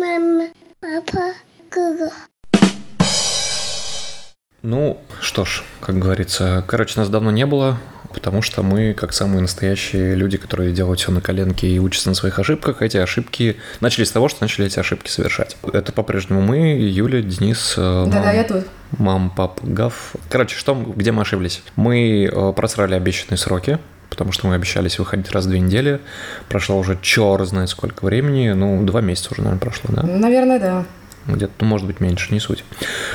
Мама, папа, Гугу. Ну, что ж, как говорится, нас давно не было, потому что мы, как самые настоящие люди, которые делают все на коленке и учатся на своих ошибках, эти ошибки начали с того, что начали эти ошибки совершать. Это по-прежнему мы, Юля, Денис, я тут. Мам, пап, Гав. Где мы ошиблись? Мы просрали обещанные сроки, потому что мы обещались выходить раз в 2 недели. Прошло уже черт знает сколько времени, 2 месяца уже, наверное, прошло, да? Наверное, да. Где-то, может быть, меньше, не суть.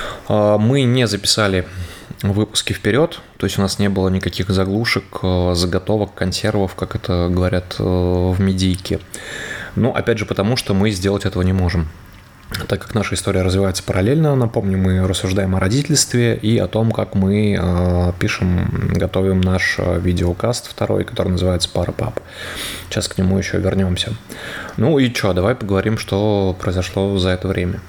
Мы не записали выпуски вперед, то есть у нас не было никаких заглушек, заготовок, консервов, как это говорят в медийке. Опять же, потому что мы сделать этого не можем. Так как наша история развивается параллельно, напомню, мы рассуждаем о родительстве и о том, как мы готовим наш видеокаст второй, который называется «Пара пап». Сейчас к нему еще вернемся. Давай поговорим, что произошло за это время.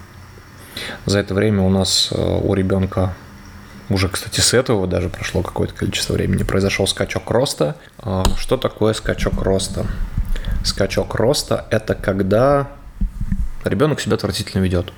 За это время у нас у ребенка, уже, кстати, с этого даже прошло какое-то количество времени, произошел скачок роста. Что такое скачок роста? Скачок роста – это когда ребенок себя отвратительно ведет.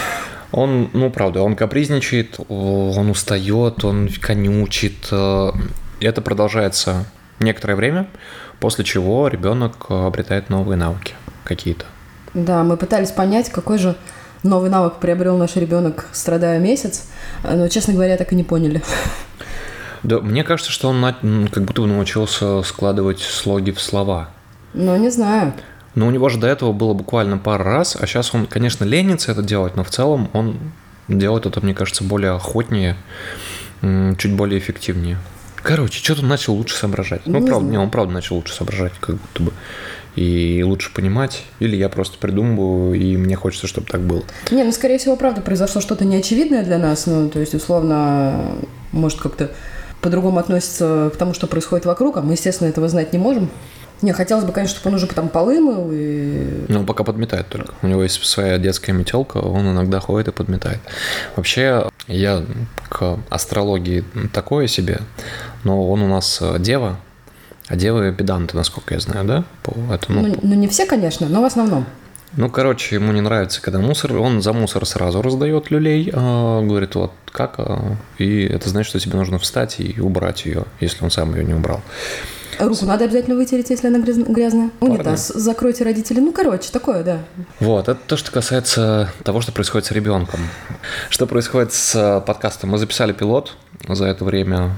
Он, правда, он капризничает, он устает, он конючит. И это продолжается некоторое время, после чего ребенок обретает новые навыки какие-то. Да, мы пытались понять, какой же новый навык приобрел наш ребенок, страдая месяц, но, честно говоря, так и не поняли. Да, мне кажется, что он как будто бы научился складывать слоги в слова. Не знаю. Но у него же до этого было буквально пару раз, а сейчас он, конечно, ленится это делать, но в целом он делает это, мне кажется, более охотнее, чуть более эффективнее. Что-то он начал лучше соображать. Он правда начал лучше соображать, как будто бы. И лучше понимать, или я просто придумываю, и мне хочется, чтобы так было. Скорее всего, правда, произошло что-то неочевидное для нас, то есть, условно, может, как-то по-другому относится к тому, что происходит вокруг, а мы, естественно, этого знать не можем. Хотелось бы, конечно, чтобы он уже там полы мыл и... Он пока подметает только. У него есть своя детская метелка, он иногда ходит и подметает. Вообще, я к астрологии такое себе, но он у нас дева, а девы педанты, насколько я знаю, да? Не все, конечно, но в основном. Ему не нравится, когда мусор, он за мусор сразу раздает люлей, говорит, вот как, и это значит, что тебе нужно встать и убрать ее, если он сам ее не убрал. Руку надо обязательно вытереть, если она грязная. Унитаз закройте, родители. Такое, да. Вот, это то, что касается того, что происходит с ребенком. Что происходит с подкастом? Мы записали пилот за это время.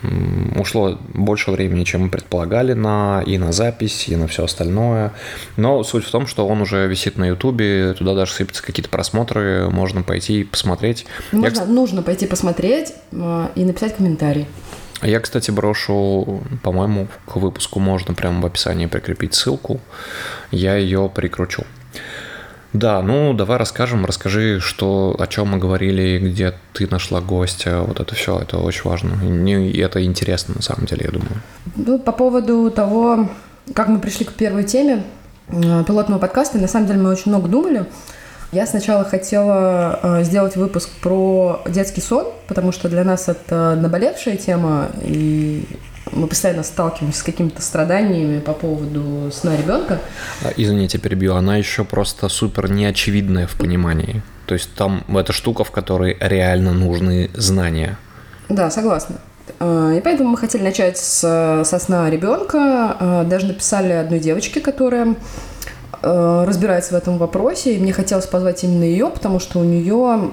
Ушло больше времени, чем мы предполагали и на запись, и на все остальное. Но суть в том, что он уже висит на Ютубе, туда даже сыпятся какие-то просмотры, можно пойти и посмотреть. Нужно пойти посмотреть и написать комментарий. Я, кстати, брошу, по-моему, к выпуску можно прямо в описании прикрепить ссылку. Я ее прикручу. Да, давай расскажи, о чем мы говорили, где ты нашла гостя, вот это все, это очень важно, и это интересно на самом деле, я думаю. По поводу того, как мы пришли к первой теме пилотного подкаста, на самом деле мы очень много думали. Я сначала хотела сделать выпуск про детский сон, потому что для нас это наболевшая тема, и мы постоянно сталкиваемся с какими-то страданиями по поводу сна ребенка. Извините, перебью, она еще просто супер неочевидная в понимании. То есть там эта штука, в которой реально нужны знания. Да, согласна. И поэтому мы хотели начать со сна ребенка. Даже написали одной девочке, которая разбирается в этом вопросе. И мне хотелось позвать именно ее, потому что у нее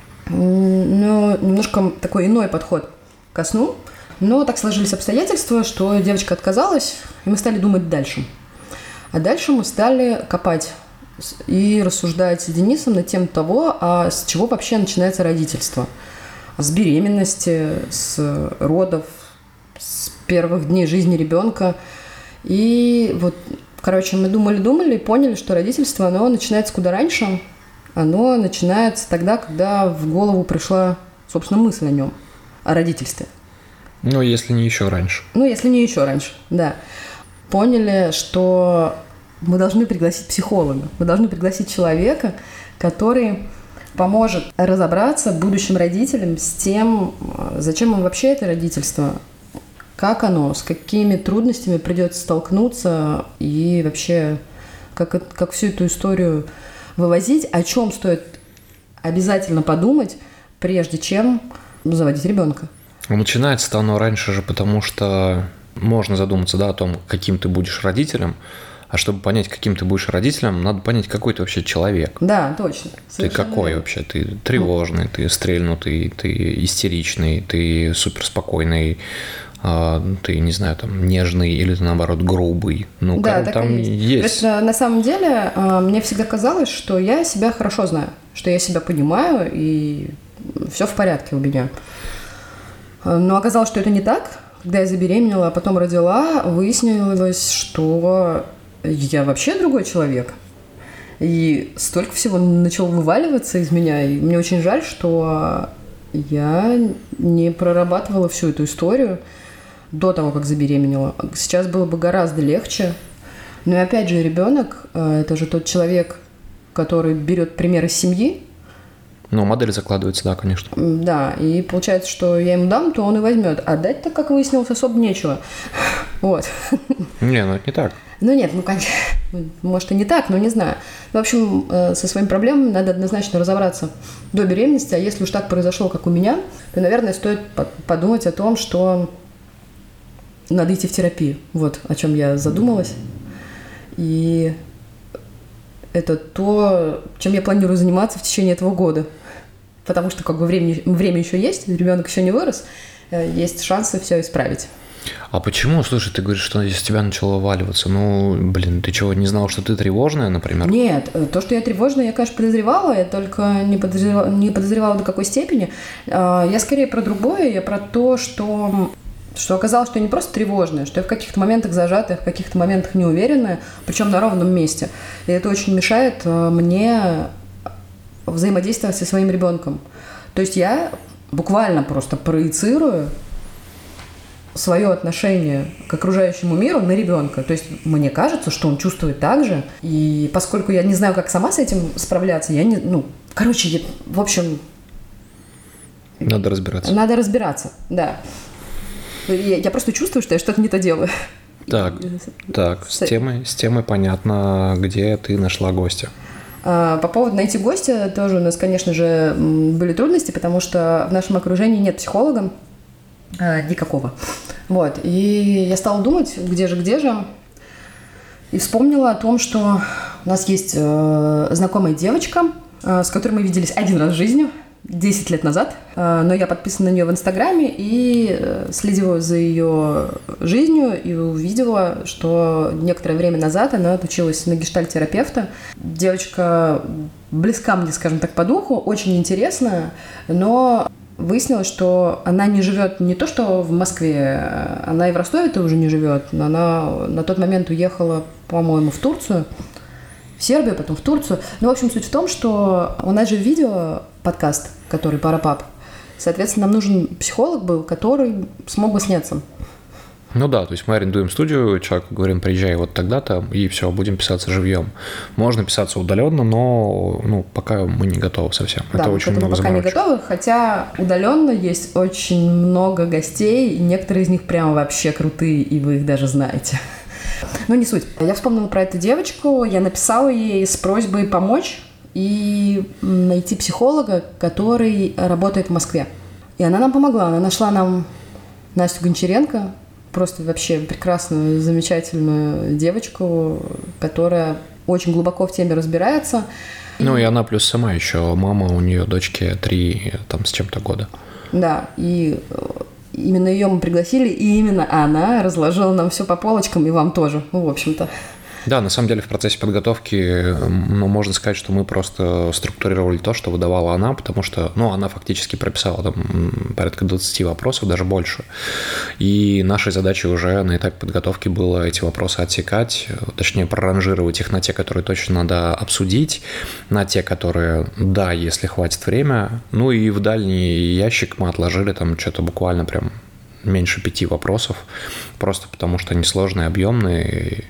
немножко такой иной подход ко сну. Но так сложились обстоятельства, что девочка отказалась, и мы стали думать дальше. А дальше мы стали копать и рассуждать с Денисом на тему того, а с чего вообще начинается родительство. С беременности, с родов, с первых дней жизни ребенка. И мы думали и поняли, что родительство, оно начинается куда раньше. Оно начинается тогда, когда в голову пришла, собственно, мысль о нем, о родительстве. Если не еще раньше. Да. Поняли, что мы должны пригласить психолога, мы должны пригласить человека, который поможет разобраться будущим родителям с тем, зачем им вообще это родительство, как оно, с какими трудностями придется столкнуться и вообще как всю эту историю вывозить, о чем стоит обязательно подумать, прежде чем заводить ребенка. Начинается-то оно раньше же, потому что можно задуматься, да, о том, каким ты будешь родителем, а чтобы понять, каким ты будешь родителем, надо понять, какой ты вообще человек. Да, точно. Ты какой вообще? Ты тревожный, ты стрельнутый, ты истеричный, ты суперспокойный, ты, не знаю, там, нежный или ты, наоборот, грубый. Ну, да, там есть. На самом деле, мне всегда казалось, что я себя хорошо знаю, что я себя понимаю, и все в порядке у меня. Но оказалось, что это не так. Когда я забеременела, а потом родила, выяснилось, что я вообще другой человек. И столько всего начало вываливаться из меня. И мне очень жаль, что я не прорабатывала всю эту историю до того, как забеременела. Сейчас было бы гораздо легче. Но и опять же, ребенок – это же тот человек, который берет пример из семьи. Ну, модель закладывается, да, конечно. Да, и получается, что я ему дам, то он и возьмет. А дать-то, как выяснилось, особо нечего. Вот. Не, ну это не так. Ну нет, ну, конечно, может и не так, но не знаю. В общем, со своими проблемами надо однозначно разобраться до беременности, а если уж так произошло, как у меня, то, наверное, стоит подумать о том, что надо идти в терапию. Вот о чем я задумалась. И это то, чем я планирую заниматься в течение этого года. Потому что как бы время еще есть, ребенок еще не вырос, есть шансы все исправить. А почему? Слушай, ты говоришь, что из тебя начало вываливаться. Ну, блин, ты чего, не знал, что ты тревожная, например? Нет, то, что я тревожная, я, конечно, подозревала, я только не подозревала до какой степени. Я скорее про другое, я про то, что оказалось, что я не просто тревожная, что я в каких-то моментах зажатая, в каких-то моментах неуверенная, причем на ровном месте. И это очень мешает мне взаимодействовать со своим ребенком. То есть я буквально просто проецирую свое отношение к окружающему миру на ребенка. То есть мне кажется, что он чувствует так же. И поскольку я не знаю, как сама с этим справляться, в общем... Надо разбираться. Надо разбираться, да. Я просто чувствую, что я что-то не то делаю. Так, с темой понятно, где ты нашла гостя. По поводу найти гостя тоже у нас, конечно же, были трудности, потому что в нашем окружении нет психолога никакого. Вот. И я стала думать, где же, и вспомнила о том, что у нас есть знакомая девочка, с которой мы виделись один раз в жизни, 10 лет назад, но я подписана на нее в Инстаграме и следила за ее жизнью и увидела, что некоторое время назад она отучилась на гештальт-терапевта. Девочка близка мне, скажем так, по духу, очень интересная, но выяснилось, что она не живет не то что в Москве, она и в Ростове-то уже не живет, но она на тот момент уехала, по-моему, в Турцию, в Сербию, потом в Турцию. Ну, в общем, суть в том, что у нас же видео подкаст, который «Пара пап». Соответственно, нам нужен психолог был, который смог бы сняться. Ну да, то есть мы арендуем студию, человеку говорим, приезжай вот тогда-то, и все, будем писаться живьем. Можно писаться удаленно, но пока мы не готовы совсем. Да, это очень много пока не готовы, хотя удаленно есть очень много гостей, и некоторые из них прямо вообще крутые, и вы их даже знаете. Но не суть. Я вспомнила про эту девочку, я написала ей с просьбой помочь и найти психолога, который работает в Москве. И она нам помогла. Она нашла нам Настю Гончаренко, просто вообще прекрасную, замечательную девочку, которая очень глубоко в теме разбирается. Ну и она плюс сама еще мама, у нее дочке 3 там с чем-то года. Да, и именно ее мы пригласили, и именно она разложила нам все по полочкам, и вам тоже, в общем-то. Да, на самом деле в процессе подготовки, можно сказать, что мы просто структурировали то, что выдавала она, потому что, она фактически прописала там порядка 20 вопросов, даже больше. И нашей задачей уже на этапе подготовки было эти вопросы отсекать, точнее проранжировать их на те, которые точно надо обсудить, на те, которые, да, если хватит время. Ну и в дальний ящик мы отложили там что-то буквально прям меньше 5 вопросов, просто потому что они сложные, объемные.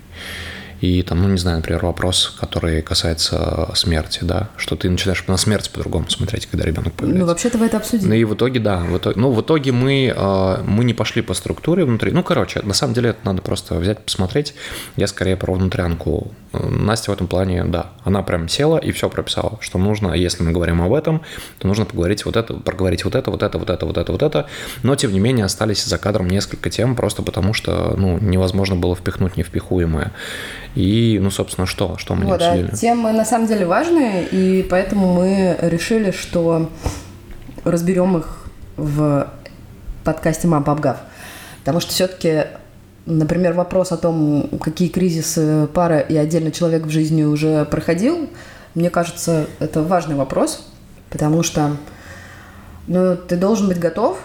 И там, не знаю, например, вопрос, который касается смерти, да, что ты начинаешь на смерть по-другому смотреть, когда ребенок появляется. Вообще-то вы это обсудили. Ну и в итоге, да, в итоге мы не пошли по структуре внутри. На самом деле это надо просто взять, посмотреть. Я скорее про внутрянку Настя в этом плане, да, она прям села и все прописала, что нужно, если мы говорим об этом, то нужно поговорить вот это, проговорить вот это. Но, тем не менее, остались за кадром несколько тем, просто потому что, невозможно было впихнуть невпихуемое. И, собственно, что мы не обсудили? Да, темы на самом деле важные, и поэтому мы решили, что разберем их в подкасте «Мам, пап, гав». Потому что все-таки, например, вопрос о том, какие кризисы пара и отдельно человек в жизни уже проходил, мне кажется, это важный вопрос, потому что ты должен быть готов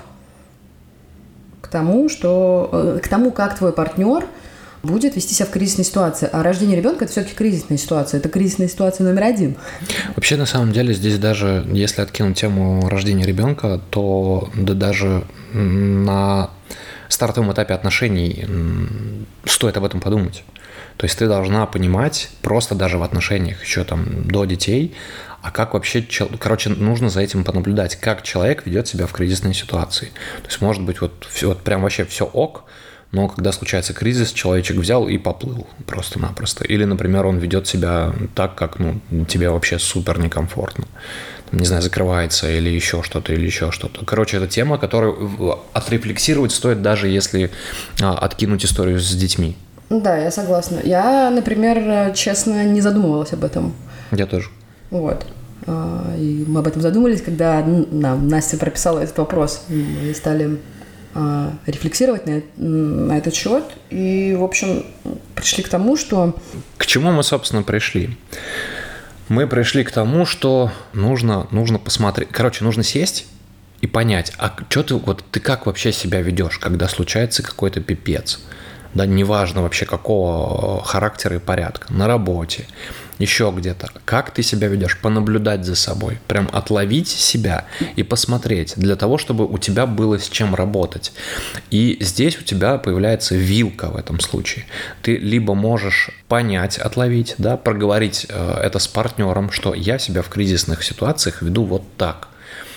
к тому, как твой партнер будет вести себя в кризисной ситуации. А рождение ребенка – это все-таки кризисная ситуация. Это кризисная ситуация номер 1. Вообще, на самом деле, здесь даже, если откинуть тему рождения ребенка, то даже на стартовом этапе отношений стоит об этом подумать. То есть ты должна понимать, просто даже в отношениях, еще до детей, а как вообще, нужно за этим понаблюдать, как человек ведет себя в кризисной ситуации. То есть, может быть, прям вообще все ок, но когда случается кризис, человечек взял и поплыл просто-напросто. Или, например, он ведет себя так, как тебе вообще супер некомфортно. Не знаю, закрывается или еще что-то. Короче, это тема, которую отрефлексировать стоит, даже если откинуть историю с детьми. Да, я согласна. Я, например, честно, не задумывалась об этом. Я тоже. Вот. И мы об этом задумались, когда Настя прописала этот вопрос. Мы стали рефлексировать на этот счет. И, в общем, пришли к тому, что... К чему мы, собственно, пришли? Мы пришли к тому, что нужно посмотреть... нужно сесть и понять, а что ты как вообще себя ведешь, когда случается какой-то пипец? Да, неважно вообще какого характера и порядка. На работе, еще где-то. Как ты себя ведешь? Понаблюдать за собой. Прям отловить себя и посмотреть. Для того, чтобы у тебя было с чем работать. И здесь у тебя появляется вилка в этом случае. Ты либо можешь понять, отловить, да, проговорить это с партнером, что я себя в кризисных ситуациях веду вот так.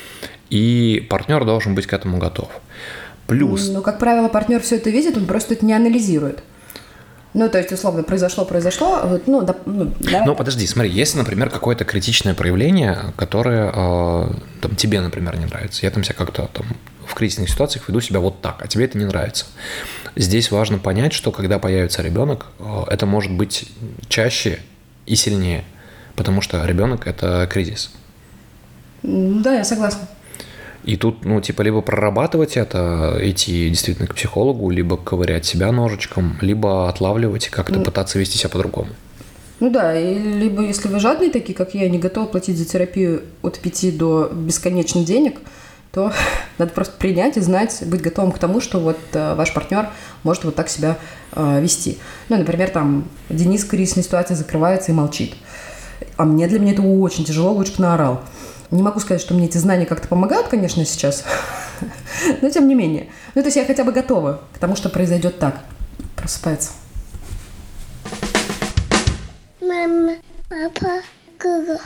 И партнер должен быть к этому готов. Плюс... как правило, партнер все это видит, он просто это не анализирует. То есть, условно, произошло. Подожди, смотри, если, например, какое-то критичное проявление, которое тебе, например, не нравится, я себя как-то в кризисных ситуациях веду себя вот так, а тебе это не нравится. Здесь важно понять, что когда появится ребенок, это может быть чаще и сильнее, потому что ребенок – это кризис. Да, я согласна. И тут, либо прорабатывать это, идти действительно к психологу, либо ковырять себя ножичком, либо отлавливать и как-то пытаться вести себя по-другому. И либо если вы жадные такие, как я, не готовы платить за терапию от 5 до бесконечных денег, то надо просто принять и знать, быть готовым к тому, что ваш партнер может вот так себя вести. Например, Денис в кризисной ситуации закрывается и молчит. А для меня это очень тяжело, лучше бы наорал. Не могу сказать, что мне эти знания как-то помогают, конечно, сейчас, но тем не менее. То есть я хотя бы готова к тому, что произойдет так. Просыпается. Мама, папа, Гугл.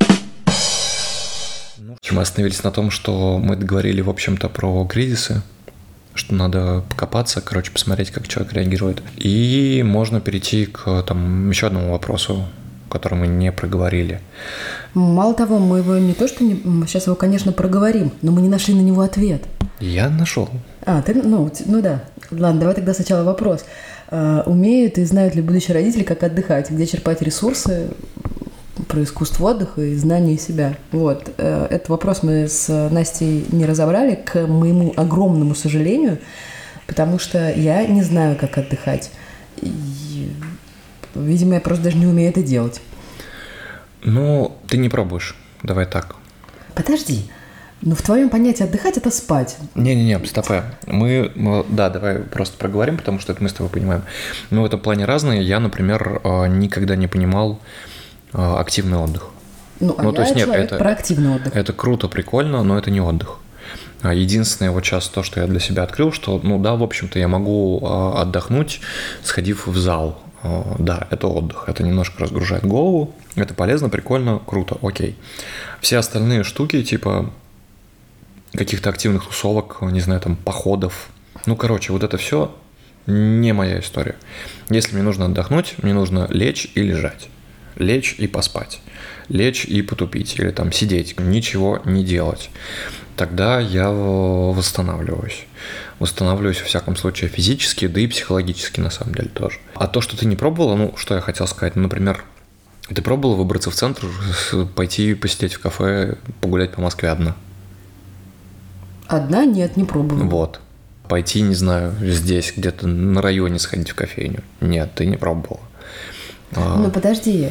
Мы остановились на том, что мы договорили, в общем-то, про кризисы, что надо покопаться, посмотреть, как человек реагирует. И можно перейти к еще одному вопросу, который мы не проговорили. Мало того, мы его мы сейчас его, конечно, проговорим, но мы не нашли на него ответ. Я нашел. Да. Ладно, давай тогда сначала вопрос. Умеют и знают ли будущие родители, как отдыхать, где черпать ресурсы про искусство отдыха и знания себя? Этот вопрос мы с Настей не разобрали, к моему огромному сожалению, потому что я не знаю, как отдыхать. Видимо, я просто даже не умею это делать. Ты не пробуешь. Давай так. Подожди. В твоем понятии отдыхать – это спать. Не, стопэ. Давай просто проговорим, потому что это мы с тобой понимаем. Мы в этом плане разные. Я, например, никогда не понимал активный отдых. Человек про активный отдых. Это круто, прикольно, но это не отдых. Единственное, сейчас то, что я для себя открыл, что, в общем-то, я могу отдохнуть, сходив в зал. Да, это отдых, это немножко разгружает голову, это полезно, прикольно, круто, окей. Все остальные штуки, типа каких-то активных тусовок, не знаю, походов, это все не моя история. Если мне нужно отдохнуть, мне нужно лечь и лежать. Лечь и поспать. Лечь и потупить. Или там сидеть, ничего не делать. Тогда я восстанавливаюсь. Восстанавливаюсь, во всяком случае, физически, да и психологически, на самом деле, тоже. А то, что ты не пробовала, что я хотел сказать, например, ты пробовала выбраться в центр, пойти посидеть в кафе, погулять по Москве одна? Одна? Нет, не пробовала. Вот. Пойти, не знаю, здесь, где-то на районе сходить в кофейню? Нет, ты не пробовала. Ну, подожди,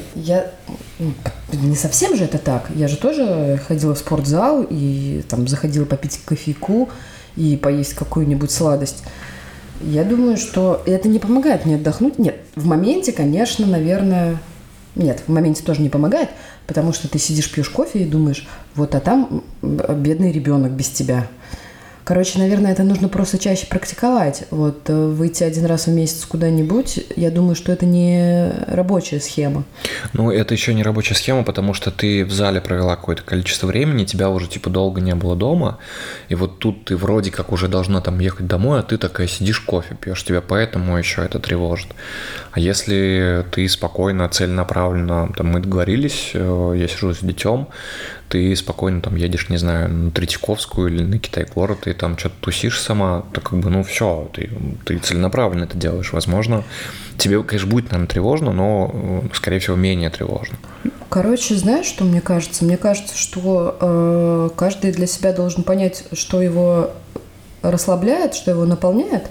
не совсем же это так. Я же тоже ходила в спортзал и там заходила попить кофейку и поесть какую-нибудь сладость. Я думаю, что это не помогает мне отдохнуть. Нет, в моменте, конечно, наверное... Нет, в моменте тоже не помогает, потому что ты сидишь, пьешь кофе и думаешь, вот, а там бедный ребенок без тебя. Короче, наверное, это нужно просто чаще практиковать. Вот выйти один раз в месяц куда-нибудь, я думаю, что это не рабочая схема. Ну, это еще не рабочая схема, потому что ты в зале провела какое-то количество времени, тебя уже долго не было дома, и вот тут ты вроде как уже должна там ехать домой, а ты такая сидишь, кофе пьешь, тебя поэтому еще это тревожит. А если ты спокойно, целенаправленно, там мы договорились, я сижу с детем, ты спокойно там едешь, не знаю, на Третьяковскую или на Китай-город, и там что-то тусишь сама, то все, ты целенаправленно это делаешь. Возможно, тебе, конечно, будет, наверное, тревожно, но, скорее всего, менее тревожно. Короче, знаешь, что мне кажется? Мне кажется, что каждый для себя должен понять, что его расслабляет, что его наполняет,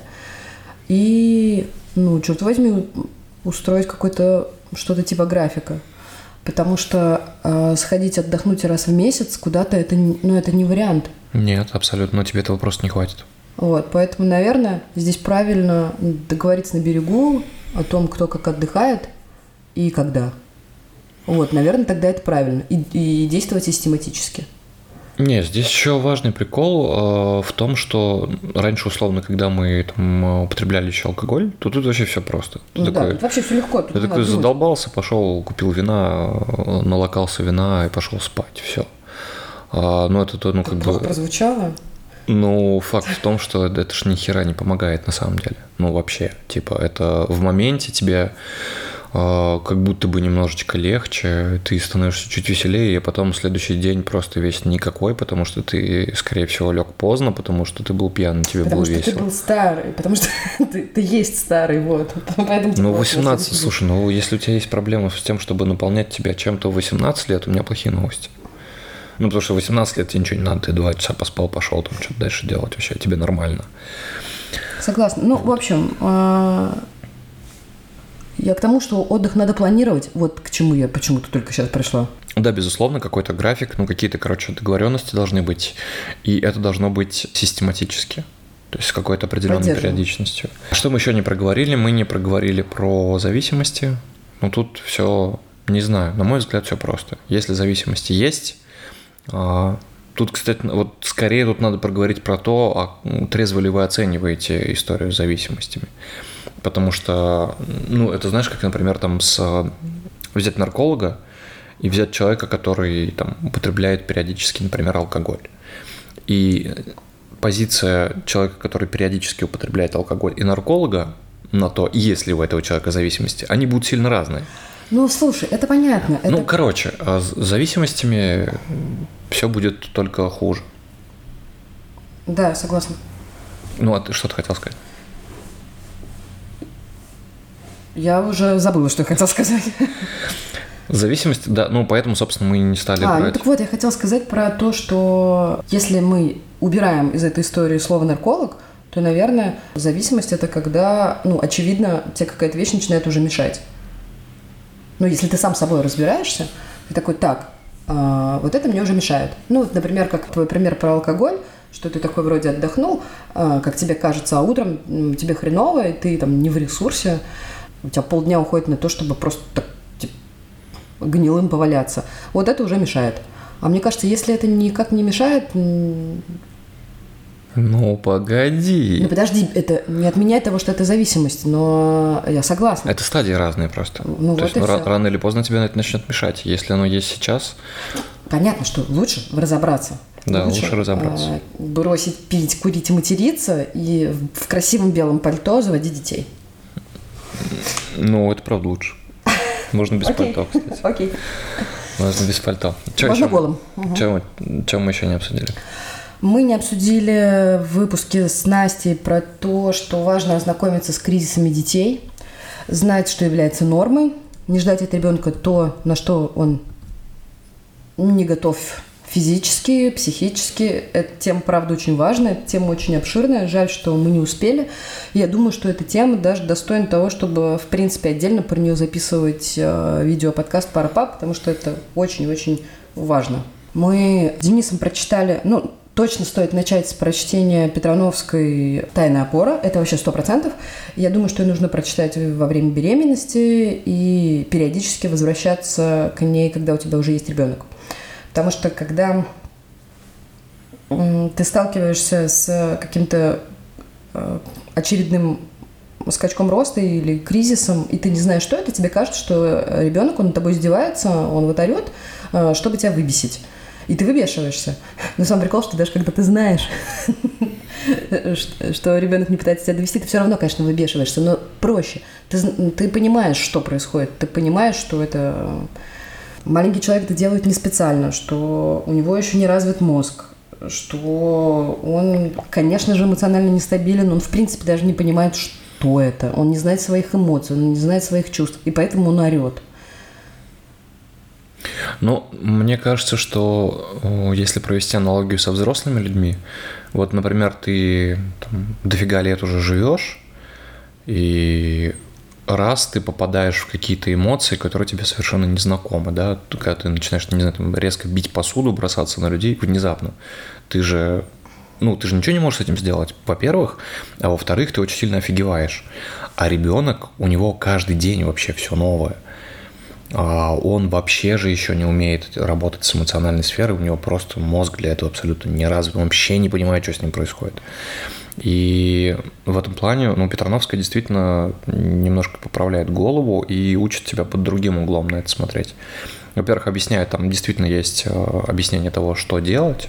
и, черт возьми, устроить что-то типа графика. Потому что сходить отдохнуть раз в месяц куда-то, это не вариант. Нет, абсолютно, но тебе этого просто не хватит. Вот, поэтому, наверное, здесь правильно договориться на берегу о том, кто как отдыхает и когда. Вот, наверное, тогда это правильно. И действовать систематически. Нет, здесь еще важный прикол в том, что раньше, условно, когда мы там употребляли еще алкоголь, то тут вообще все просто. Вообще все легко. Ты такой задолбался, пошел, купил вина, налокался вина и пошел спать, все. Но это плохо прозвучало. Факт в том, что это ж ни хера не помогает на самом деле. Вообще, это в моменте тебе как будто бы немножечко легче, ты становишься чуть веселее, и потом следующий день просто весь никакой, потому что ты, скорее всего, лег поздно, потому что ты был пьян, тебе было весело. Потому что ты был старый, потому что ты есть старый, вот. Поэтому 18, слушай, если у тебя есть проблемы с тем, чтобы наполнять тебя чем-то в 18 лет, у меня плохие новости. Потому что в 18 лет тебе ничего не надо, ты 2 часа поспал, пошел, там что-то дальше делать, вообще тебе нормально. Согласна. В общем, я к тому, что отдых надо планировать. Вот к чему я почему-то только сейчас пришла. Да, безусловно, какой-то график, какие-то, договоренности должны быть, и это должно быть систематически, то есть с какой-то определенной периодичностью. Что мы еще не проговорили? Мы не проговорили про зависимости. Тут все, не знаю, на мой взгляд, все просто. Если зависимости есть, тут, кстати, скорее тут надо проговорить про то, трезво ли вы оцениваете историю с зависимостями. Потому что, это знаешь, как, например, взять нарколога и взять человека, который употребляет периодически, например, алкоголь. И позиция человека, который периодически употребляет алкоголь, и нарколога на то, есть ли у этого человека зависимости, они будут сильно разные. Слушай, это понятно. С зависимостями все будет только хуже. Да, согласна. А ты что-то хотел сказать? Я уже забыла, что я хотела сказать. Зависимость, да, поэтому, собственно, мы не стали брать. Так вот, я хотела сказать про то, что если мы убираем из этой истории слово «нарколог», то, наверное, зависимость – это когда, очевидно, тебе какая-то вещь начинает уже мешать. Если ты сам с собой разбираешься, ты такой, вот это мне уже мешает. Например, как твой пример про алкоголь, что ты такой вроде отдохнул, как тебе кажется, а утром тебе хреново, и ты не в ресурсе, у тебя полдня уходит на то, чтобы просто гнилым поваляться. Вот это уже мешает. А мне кажется, если это никак не мешает... Погоди. Подожди, это не отменяет того, что это зависимость, но я согласна. Это стадии разные просто. То есть рано или поздно тебе это начнет мешать. Если оно есть сейчас... Понятно, что лучше разобраться. Да, лучше разобраться. Бросить пить, курить и материться и в красивом белом пальто заводить детей. Ну, это правда лучше. Можно без пальто, кстати. Окей. Можно без пальто. Можно голым. Чем мы еще не обсудили? Мы не обсудили в выпуске с Настей про то, что важно ознакомиться с кризисами детей, знать, что является нормой, не ждать от ребенка то, на что он не готов физически, психически. Эта тема, правда, очень важная, эта тема очень обширная. Жаль, что мы не успели. Я думаю, что эта тема даже достойна того, чтобы, в принципе, отдельно про нее записывать видео-подкаст «Пара пап», потому что это очень-очень важно. Мы с Денисом прочитали... Точно стоит начать с прочтения Петрановской «Тайная опора». Это вообще 100%. Я думаю, что ее нужно прочитать во время беременности и периодически возвращаться к ней, когда у тебя уже есть ребенок. Потому что когда ты сталкиваешься с каким-то очередным скачком роста или кризисом, и ты не знаешь, что это, тебе кажется, что ребенок, он над тобой издевается, он вот орет, чтобы тебя выбесить. И ты выбешиваешься. Но сам прикол, что даже когда ты знаешь, что ребенок не пытается тебя довести, ты все равно, конечно, выбешиваешься, но проще. Ты понимаешь, что происходит, ты понимаешь, что это маленький человек это делает не специально, что у него еще не развит мозг, что он, конечно же, эмоционально нестабилен, он, в принципе, даже не понимает, что это. Он не знает своих эмоций, он не знает своих чувств, и поэтому он орет. Ну, мне кажется, что если провести аналогию со взрослыми людьми, вот, например, ты там, дофига лет уже живешь, и раз ты попадаешь в какие-то эмоции, которые тебе совершенно не знакомы, да, когда ты начинаешь, не знаю, там, резко бить посуду, бросаться на людей внезапно, ты же ничего не можешь с этим сделать, во-первых, а во-вторых, ты очень сильно офигеваешь. А ребенок, у него каждый день вообще все новое. Он вообще же еще не умеет работать с эмоциональной сферой, у него просто мозг для этого абсолютно не развит, он вообще не понимает, что с ним происходит. И в этом плане, Петрановская действительно немножко поправляет голову и учит тебя под другим углом на это смотреть. Во-первых, объясняет, там действительно есть объяснение того, что делать,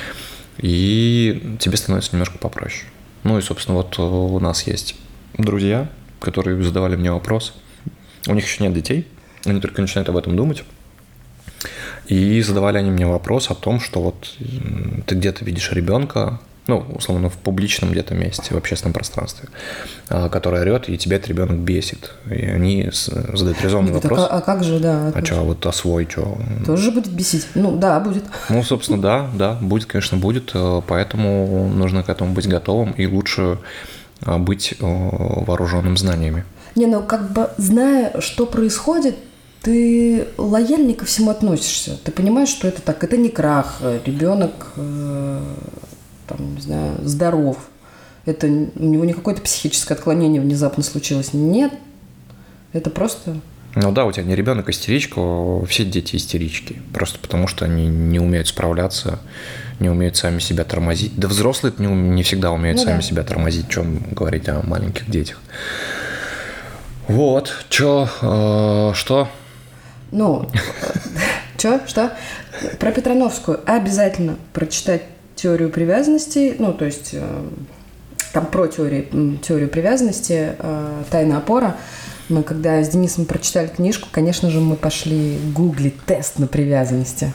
и тебе становится немножко попроще. И, собственно, вот у нас есть друзья, которые задавали мне вопрос. У них еще нет детей, они только начинают об этом думать. И задавали они мне вопрос о том, что вот ты где-то видишь ребенка, условно, в публичном где-то месте, в общественном пространстве, который орет, и тебя этот ребенок бесит. И они задают резонный вопрос. А как же, да. А свой что? Тоже будет бесить? Да, будет. Собственно, да, будет, конечно, будет. Поэтому нужно к этому быть готовым, и лучше быть вооруженным знаниями. Зная, что происходит, ты лояльнее ко всему относишься. Ты понимаешь, что это так. Это не крах. Ребенок, здоров. Это у него не какое-то психическое отклонение внезапно случилось. Нет. Это просто... у тебя не ребенок истеричка, все дети истерички. Просто потому, что они не умеют справляться, не умеют сами себя тормозить. Да взрослые не всегда умеют сами себя тормозить. Чем говорить о маленьких детях. Вот. Что? Что? Про Петрановскую обязательно прочитать теорию привязанности, там про теорию привязанности, «Тайная опора». Мы когда с Денисом прочитали книжку, конечно же, мы пошли гуглить тест на привязанности.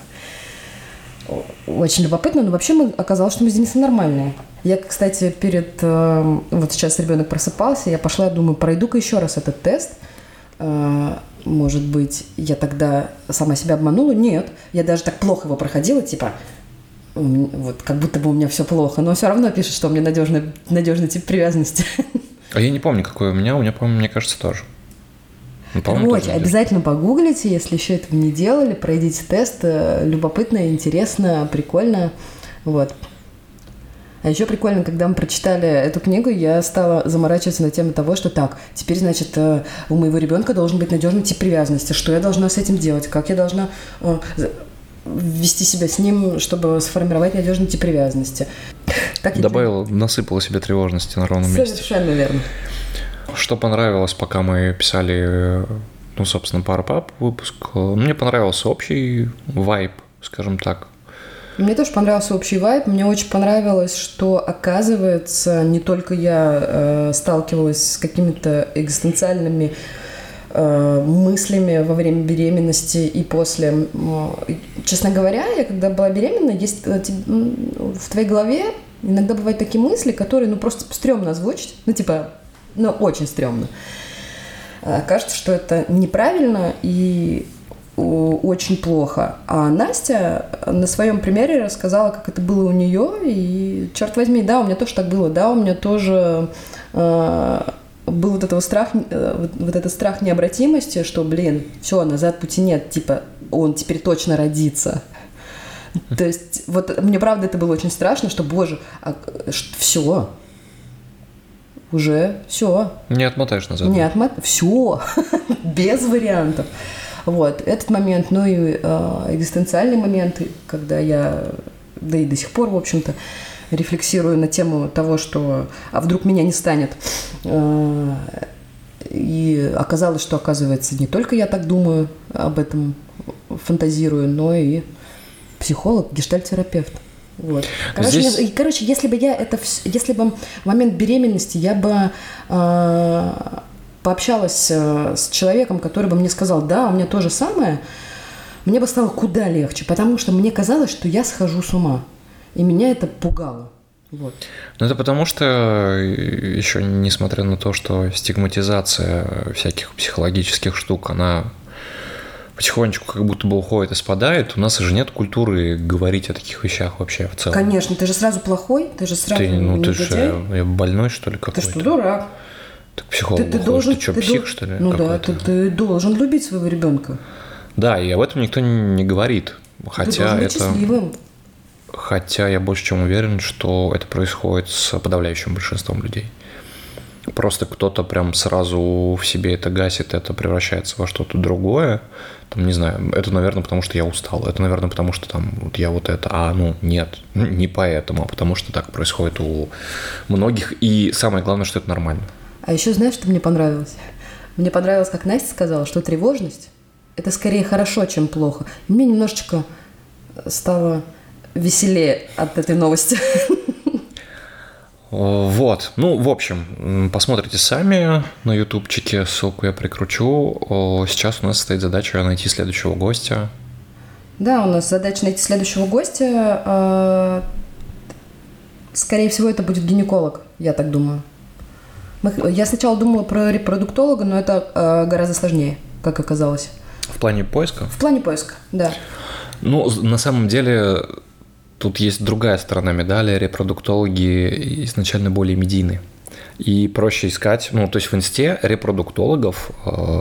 Очень любопытно, но вообще оказалось, что мы с Денисом нормальные. Я, кстати, вот сейчас ребенок просыпался, я пошла, думаю, пройду-ка еще раз этот тест. Может быть, я тогда сама себя обманула? Нет. Я даже так плохо его проходила, вот как будто бы у меня все плохо, но все равно пишет, что у меня надежный тип привязанности. А я не помню, какой у меня, мне кажется, тоже. Обязательно погуглите, если еще этого не делали, пройдите тест, любопытно, интересно, прикольно, вот. А еще прикольно, когда мы прочитали эту книгу, я стала заморачиваться на тему того, что теперь, значит, у моего ребенка должен быть надежный тип привязанности, что я должна с этим делать, как я должна вести себя с ним, чтобы сформировать надежный тип привязанности. Насыпала себе тревожности на ровном месте. Совершенно верно. Что понравилось, пока мы писали, собственно, «Пара пап» выпуск? Мне понравился общий вайб, скажем так. Мне тоже понравился общий вайб. Мне очень понравилось, что, оказывается, не только я сталкивалась с какими-то экзистенциальными мыслями во время беременности и после. Честно говоря, я когда была беременна, есть в твоей голове иногда бывают такие мысли, которые, просто стрёмно озвучить. Очень стрёмно. Кажется, что это неправильно и очень плохо. А Настя на своем примере рассказала, как это было у нее, и, черт возьми, да, у меня тоже так было, да, у меня тоже был вот этот страх необратимости, что, все, назад пути нет, он теперь точно родится. То есть, мне правда это было очень страшно, что, боже, все, уже все. Не отмотаешь назад. Все, без вариантов. Этот момент, и экзистенциальные моменты, когда я, да и до сих пор, в общем-то, рефлексирую на тему того, что а вдруг меня не станет. И оказалось, что, оказывается, не только я так думаю, об этом фантазирую, но и психолог, гештальт-терапевт. Короче, если бы в момент беременности я бы пообщалась с человеком, который бы мне сказал, да, у меня то же самое, мне бы стало куда легче, потому что мне казалось, что я схожу с ума. И меня это пугало. Это потому что, еще несмотря на то, что стигматизация всяких психологических штук, она потихонечку как будто бы уходит и спадает, у нас же нет культуры говорить о таких вещах вообще в целом. Конечно, ты же сразу плохой, ты же сразу ты же я больной, что ли, какой-то? Ты что, дурак? Так психолог выходит, ты что, псих, что ли? Ты должен любить своего ребенка. Да, и об этом никто не говорит. Хотя ты должен быть счастливым. Хотя я больше чем уверен, что это происходит с подавляющим большинством людей. Просто кто-то прям сразу в себе это гасит, это превращается во что-то другое. Не знаю, это, наверное, потому что я устал. Это, наверное, потому что я это... нет, не поэтому, а потому что так происходит у многих. И самое главное, что это нормально. А еще знаешь, что мне понравилось? Мне понравилось, как Настя сказала, что тревожность – это скорее хорошо, чем плохо. Мне немножечко стало веселее от этой новости. В общем, посмотрите сами на ютубчике, ссылку я прикручу. Сейчас у нас стоит задача найти следующего гостя. Да, у нас задача найти следующего гостя. Скорее всего, это будет гинеколог, я так думаю. Я сначала думала про репродуктолога, но это гораздо сложнее, как оказалось. В плане поиска? В плане поиска, да. На самом деле... Тут есть другая сторона медали. Репродуктологи изначально более медийны. И проще искать, то есть в инсте репродуктологов,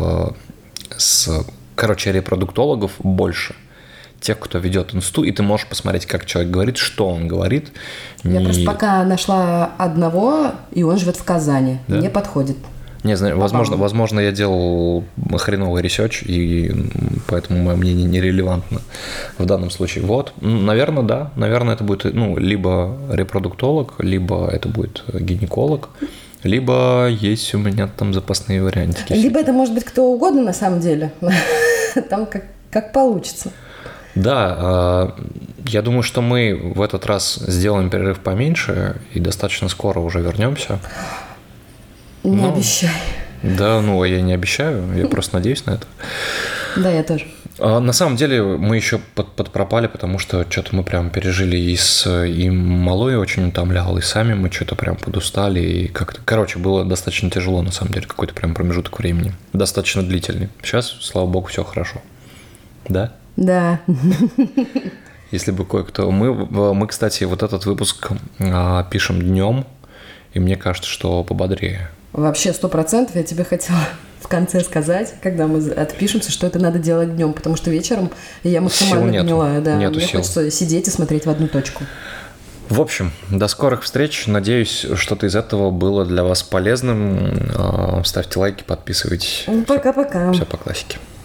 репродуктологов больше. Тех, кто ведет инсту, и ты можешь посмотреть, как человек говорит, что он говорит. Я просто пока нашла одного, и он живет в Казани. Да? Мне подходит. Не знаю, возможно, я делал хреновый ресерч, и поэтому мое мнение нерелевантно в данном случае. Наверное, да. Наверное, это будет либо репродуктолог, либо это будет гинеколог, либо есть у меня там запасные вариантики. Либо это может быть кто угодно на самом деле. Там как получится. Да, я думаю, что мы в этот раз сделаем перерыв поменьше и достаточно скоро уже вернемся. Не обещай. Да, я не обещаю, я просто надеюсь на это. Да, я тоже. На самом деле мы еще подпропали, потому что что-то мы прям пережили и малой очень утомлял, и сами мы что-то прям подустали, и как-то... Короче, было достаточно тяжело, на самом деле, какой-то прям промежуток времени. Достаточно длительный. Сейчас, слава богу, все хорошо. Да? Да. Если бы кое-кто... Мы, кстати, этот выпуск пишем днем, и мне кажется, что пободрее. Вообще 100% я тебе хотела в конце сказать, когда мы отпишемся, что это надо делать днем, потому что вечером я максимально гнилая. Да, мне хочется сидеть и смотреть в одну точку. В общем, до скорых встреч. Надеюсь, что-то из этого было для вас полезным. Ставьте лайки, подписывайтесь. Пока-пока. Все по классике.